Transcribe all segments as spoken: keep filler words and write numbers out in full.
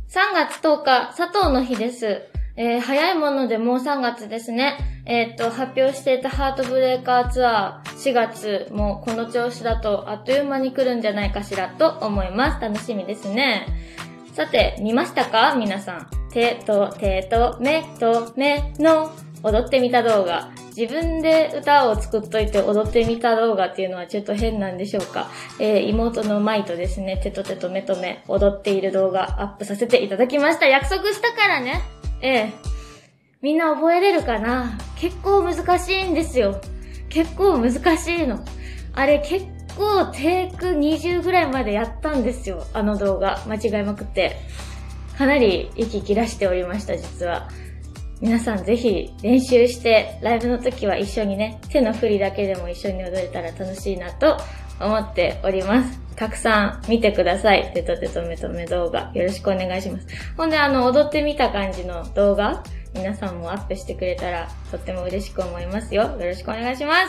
さんがつとおか、佐藤の日です。えー、早いものでもうさんがつですね。えー、っと、発表していたハートブレーカーツアーしがつもこの調子だとあっという間に来るんじゃないかしらと思います。楽しみですね。さて、見ましたか皆さん。手と手と目と目の踊ってみた動画。自分で歌を作っといて踊ってみた動画っていうのはちょっと変なんでしょうか。えー、妹の舞とですね、手と手と目と目踊っている動画アップさせていただきました。約束したからね。ええ。みんな覚えれるかな？結構難しいんですよ。結構難しいの。あれ結構テイクにじゅうぐらいまでやったんですよ。あの動画。間違えまくって。かなり息切らしておりました、実は。皆さんぜひ練習して、ライブの時は一緒にね、手の振りだけでも一緒に踊れたら楽しいなと思っております。たくさん見てください。手と手と目と目動画。よろしくお願いします。ほんであの、踊ってみた感じの動画、皆さんもアップしてくれたらとっても嬉しく思いますよ。よろしくお願いします。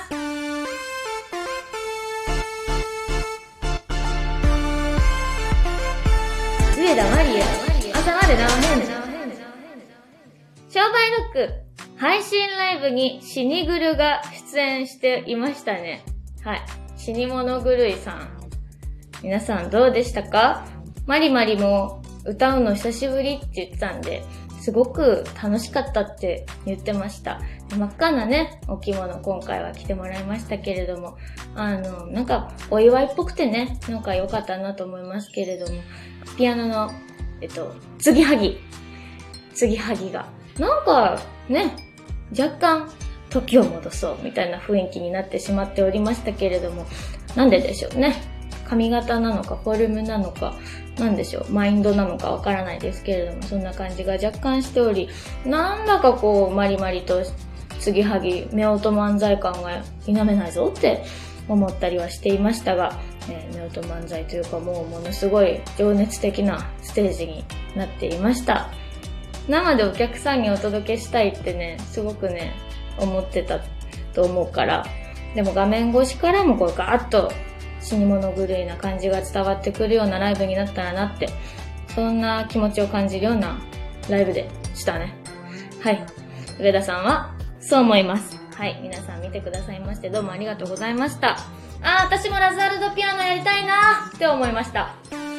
上田マリエ、朝まで生返事。商売ロック、配信ライブにシニグルが出演していましたね。はい。死に物狂いさん。皆さんどうでしたか？マリマリも歌うの久しぶりって言ってたんで、すごく楽しかったって言ってました。真っ赤なね、お着物今回は着てもらいましたけれども、あの、なんかお祝いっぽくてね、なんか良かったなと思いますけれども、ピアノの、えっと、継ぎはぎ。継ぎはぎが。なんかね、若干時を戻そうみたいな雰囲気になってしまっておりましたけれども、なんででしょうね。髪型なのかフォルムなのかなんでしょう、マインドなのかわからないですけれども、そんな感じが若干しており、なんだかこうマリマリと継ぎはぎ夫婦漫才感が否めないぞって思ったりはしていましたが、えー、夫婦漫才というかもうものすごい情熱的なステージになっていました。生でお客さんにお届けしたいってね、すごくね、思ってたと思うから、でも画面越しからもこうガーッと死に物狂いな感じが伝わってくるようなライブになったらなって、そんな気持ちを感じるようなライブでしたね。はい。上田さんはそう思います。はい。皆さん見てくださいましてどうもありがとうございました。あー、私もラザルドピアノやりたいなーって思いました。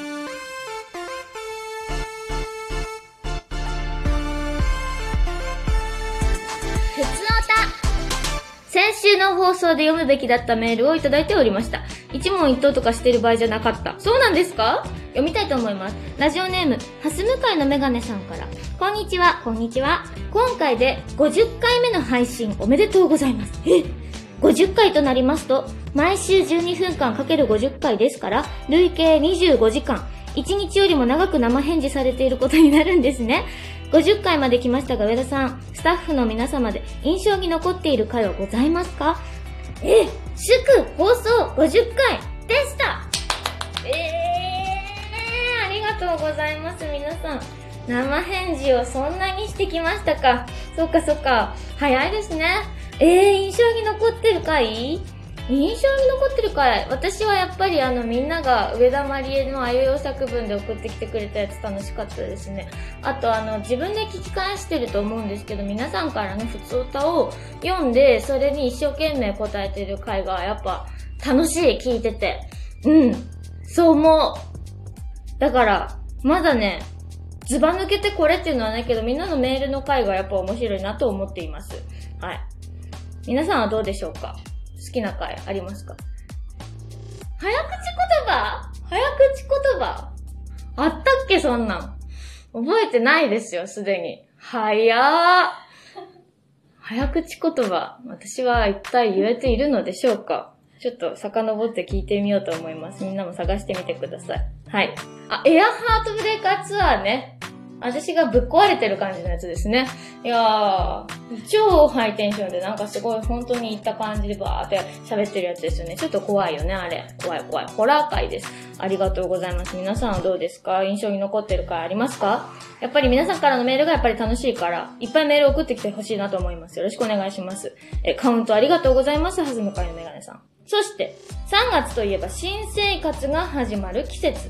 先週の放送で読むべきだったメールをいただいておりました。一問一答とかしてる場合じゃなかった。そうなんですか？読みたいと思います。ラジオネーム、ハス向かいのメガネさんから。こんにちは、こんにちは。今回でごじゅっかいめの配信おめでとうございます。え？ごじゅっかいとなりますと、毎週じゅうにふんかんかけるごじゅっかいですから、累計にじゅうごじかん。いちにちよりも長く生返事されていることになるんですね。ごじゅっかいまで来ましたが、上田さん、スタッフの皆様で印象に残っている回はございますか？え、祝放送ごじゅっかいでした。えー、ありがとうございます、皆さん。生返事をそんなにしてきましたか。そっかそっか。早いですね。えー、印象に残ってる回？印象に残ってる回、私はやっぱりあのみんなが上田まりえのあいうえお作文で送ってきてくれたやつ楽しかったですね。あとあの自分で聞き返してると思うんですけど、皆さんからの普通歌を読んでそれに一生懸命答えてる回がやっぱ楽しい、聞いてて。うん、そう思う。だからまだね、ずば抜けてこれっていうのはないけど、みんなのメールの回がやっぱ面白いなと思っています。はい。皆さんはどうでしょうか？好きな回ありますか？早口言葉？早口言葉あったっけ、そんなん。覚えてないですよ、すでに。早ー。早口言葉。私は一体言えているのでしょうか？ちょっと遡って聞いてみようと思います。みんなも探してみてください。はい。あ、エアハートブレイカーツアーね。私がぶっ壊れてる感じのやつですね。いやー、超ハイテンションでなんかすごい本当にいった感じでバーって喋ってるやつですよね。ちょっと怖いよね、あれ。怖い怖い。ホラー回です。ありがとうございます。皆さんはどうですか？印象に残ってる回ありますか？やっぱり皆さんからのメールがやっぱり楽しいから、いっぱいメール送ってきてほしいなと思います。よろしくお願いします。え、カウントありがとうございます。はずむかいのメガネさん。そして、さんがつといえば新生活が始まる季節。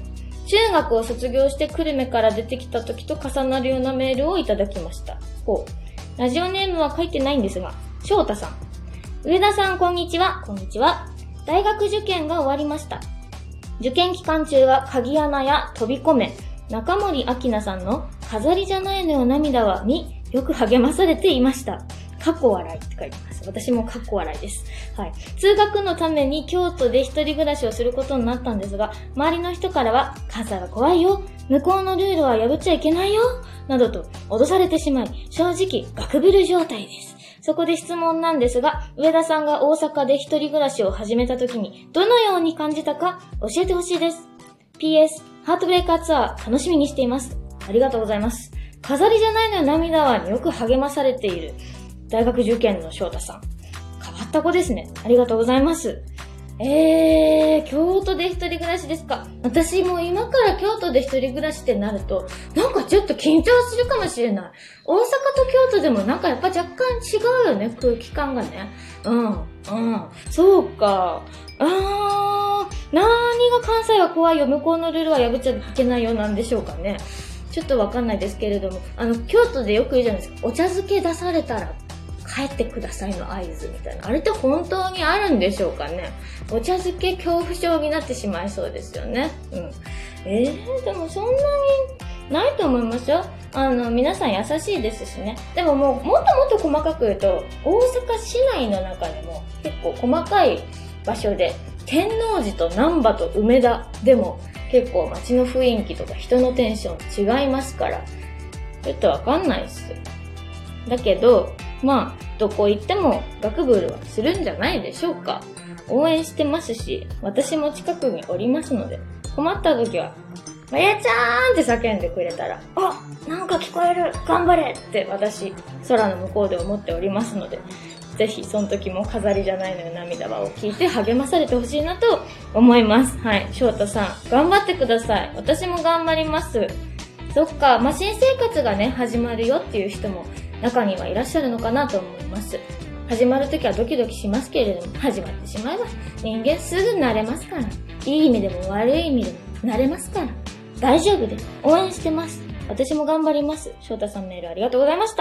中学を卒業して久留米から出てきた時と重なるようなメールをいただきました。ほう。ラジオネームは書いてないんですが、翔太さん。上田さん、こんにちは。こんにちは。大学受験が終わりました。受験期間中は鍵穴や飛び込め、中森明菜さんの飾りじゃないのよ涙はによく励まされていました。かっこ笑いって書いてます。私もかっこ笑いです。はい。通学のために京都で一人暮らしをすることになったんですが、周りの人からは、関西は怖いよ、向こうのルールは破っちゃいけないよ、などと脅されてしまい、正直、ガクブル状態です。そこで質問なんですが、上田さんが大阪で一人暮らしを始めた時に、どのように感じたか教えてほしいです。ピーエス ハートブレイカーツアー楽しみにしています。ありがとうございます。飾りじゃないのよ涙はによく励まされている大学受験の翔太さん。変わった子ですね。ありがとうございます。えー、京都で一人暮らしですか。私も今から京都で一人暮らしってなると、なんかちょっと緊張するかもしれない。大阪と京都でもなんかやっぱ若干違うよね、空気感がね。うん、うん。そうか。あー、何が関西は怖いよ、向こうのルールは破っちゃいけないよなんでしょうかね。ちょっとわかんないですけれども、あの、京都でよく言うじゃないですか。お茶漬け出されたら帰ってくださいの合図みたいな。あれって本当にあるんでしょうかね。お茶漬け恐怖症になってしまいそうですよね。うん。えー、でもそんなにないと思いますよ。あの、皆さん優しいですしね。でももう、もっともっと細かく言うと、大阪市内の中でも結構細かい場所で、天王寺と難波と梅田でも結構街の雰囲気とか人のテンション違いますから、ちょっとわかんないっす。だけど、まあ、どこ行ってもガクブルはするんじゃないでしょうか。応援してますし、私も近くにおりますので、困った時は、まやちゃーんって叫んでくれたら、あ、なんか聞こえる、頑張れって私、空の向こうで思っておりますので、ぜひその時も飾りじゃないのよ涙はを聞いて励まされてほしいなと思います。はい、翔太さん、頑張ってください。私も頑張ります。そっか、まあ、新生活がね、始まるよっていう人も中にはいらっしゃるのかなと思います。始まるときはドキドキしますけれども、始まってしまえば人間すぐ慣れますから。いい意味でも悪い意味でも慣れますから。大丈夫です。応援してます。私も頑張ります。翔太さんメールありがとうございました。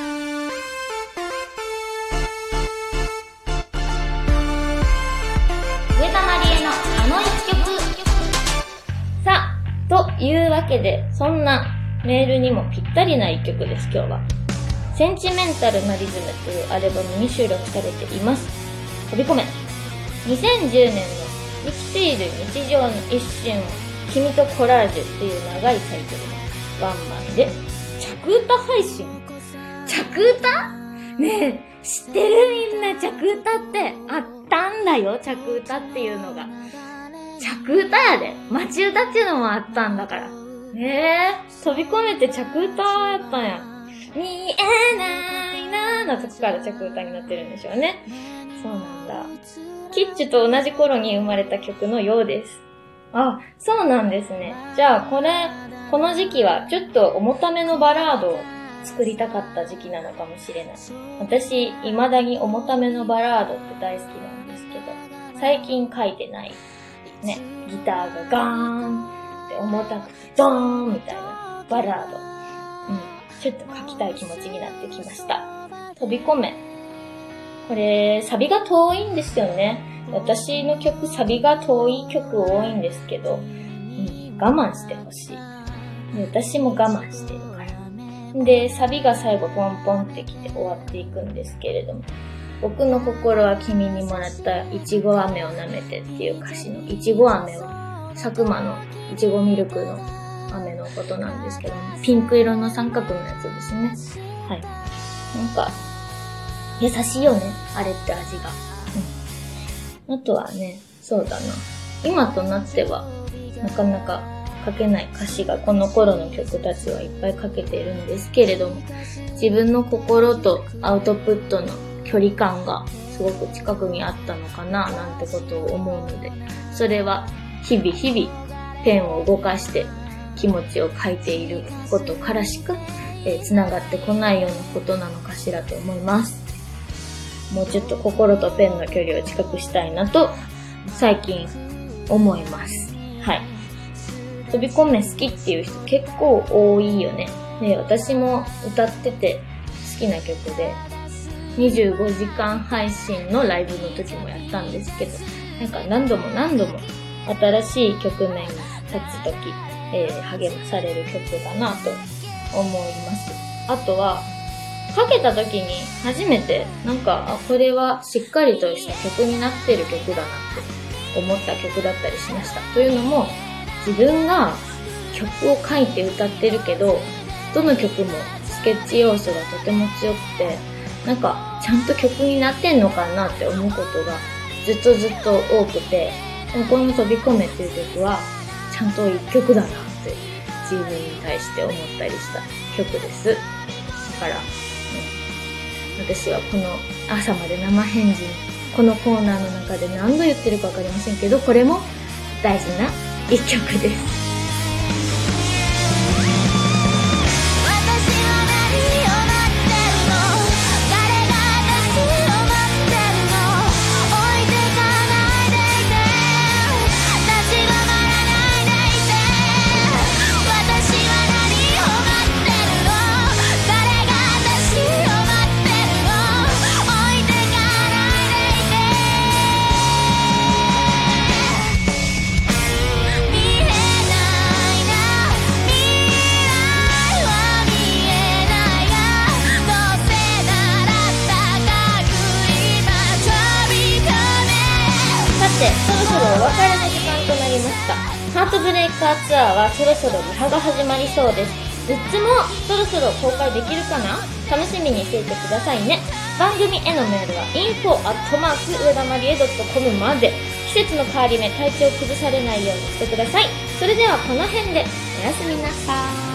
上田まりえのあの一曲。さあ、というわけで、そんなメールにもぴったりな一曲です、今日は。センチメンタルなリズムというアルバムに収録されています。飛び込め。にせんじゅうねんの生きている日常の一瞬を君とコラージュっていう長いタイトルのワンマンで着歌配信。着歌？ねえ、知ってるみんな着歌ってあったんだよ、着歌っていうのが。着歌やで。街歌っていうのもあったんだから。ねえ、飛び込めて着歌やったんや。見えないなーの時から着歌になってるんでしょうね。そうなんだ。キッチュと同じ頃に生まれた曲のようです。あ、そうなんですね。じゃあこれ、この時期はちょっと重ためのバラードを作りたかった時期なのかもしれない。私、未だに重ためのバラードって大好きなんですけど、最近書いてない。ね、ギターがガーンって重たくてドーンみたいなバラード。うん。ちょっと書きたい気持ちになってきました。飛び込め。これ、サビが遠いんですよね。私の曲、サビが遠い曲多いんですけど、うん、我慢してほしい。で、私も我慢してるから。で、サビが最後ポンポンってきて終わっていくんですけれども、僕の心は君にもらったいちご飴を舐めてっていう歌詞のいちご飴を、佐久間のいちごミルクの飴のことなんですけど、ピンク色の三角のやつですね。はい。なんか、優しいよね、あれって味が。うん。あとはね、そうだな。今となっては、なかなか書けない歌詞がこの頃の曲たちはいっぱい書けているんですけれども、自分の心とアウトプットの距離感がすごく近くにあったのかな、なんてことを思うので、それは日々日々ペンを動かして気持ちを書いていることからしか、えー、繋がってこないようなことなのかしらと思います。もうちょっと心とペンの距離を近くしたいなと最近思います。はい。 飛び込め好きっていう人結構多いよね。で、私も歌ってて好きな曲で、にじゅうごじかん配信のライブの時もやったんですけど、なんか何度も何度も新しい局面に立つ時、えー、励まされる曲だなと思います。あとは、かけた時に初めてなんか、あ、これはしっかりとした曲になってる曲だなって思った曲だったりしました。というのも、自分が曲を書いて歌ってるけど、どの曲もスケッチ要素がとても強くて、なんかちゃんと曲になってんのかなって思うことがずっとずっと多くて、でもこの飛び込めっていう曲はちゃんと一曲だなって自分に対して思ったりした曲です。だから、うん、私はこの朝まで生返事このコーナーの中で何度言ってるかわかりませんけど、これも大事な一曲です。そろそろお別れの時間となりました。ハートブレイカーツアーはそろそろリハが始まりそうです。グッズもそろそろ公開できるかな？楽しみにしていてくださいね。番組へのメールは インフォ アットマーク 上田まりえ ドットコム まで。季節の変わり目、体調を崩されないようにしてください。それではこの辺でおやすみなさい。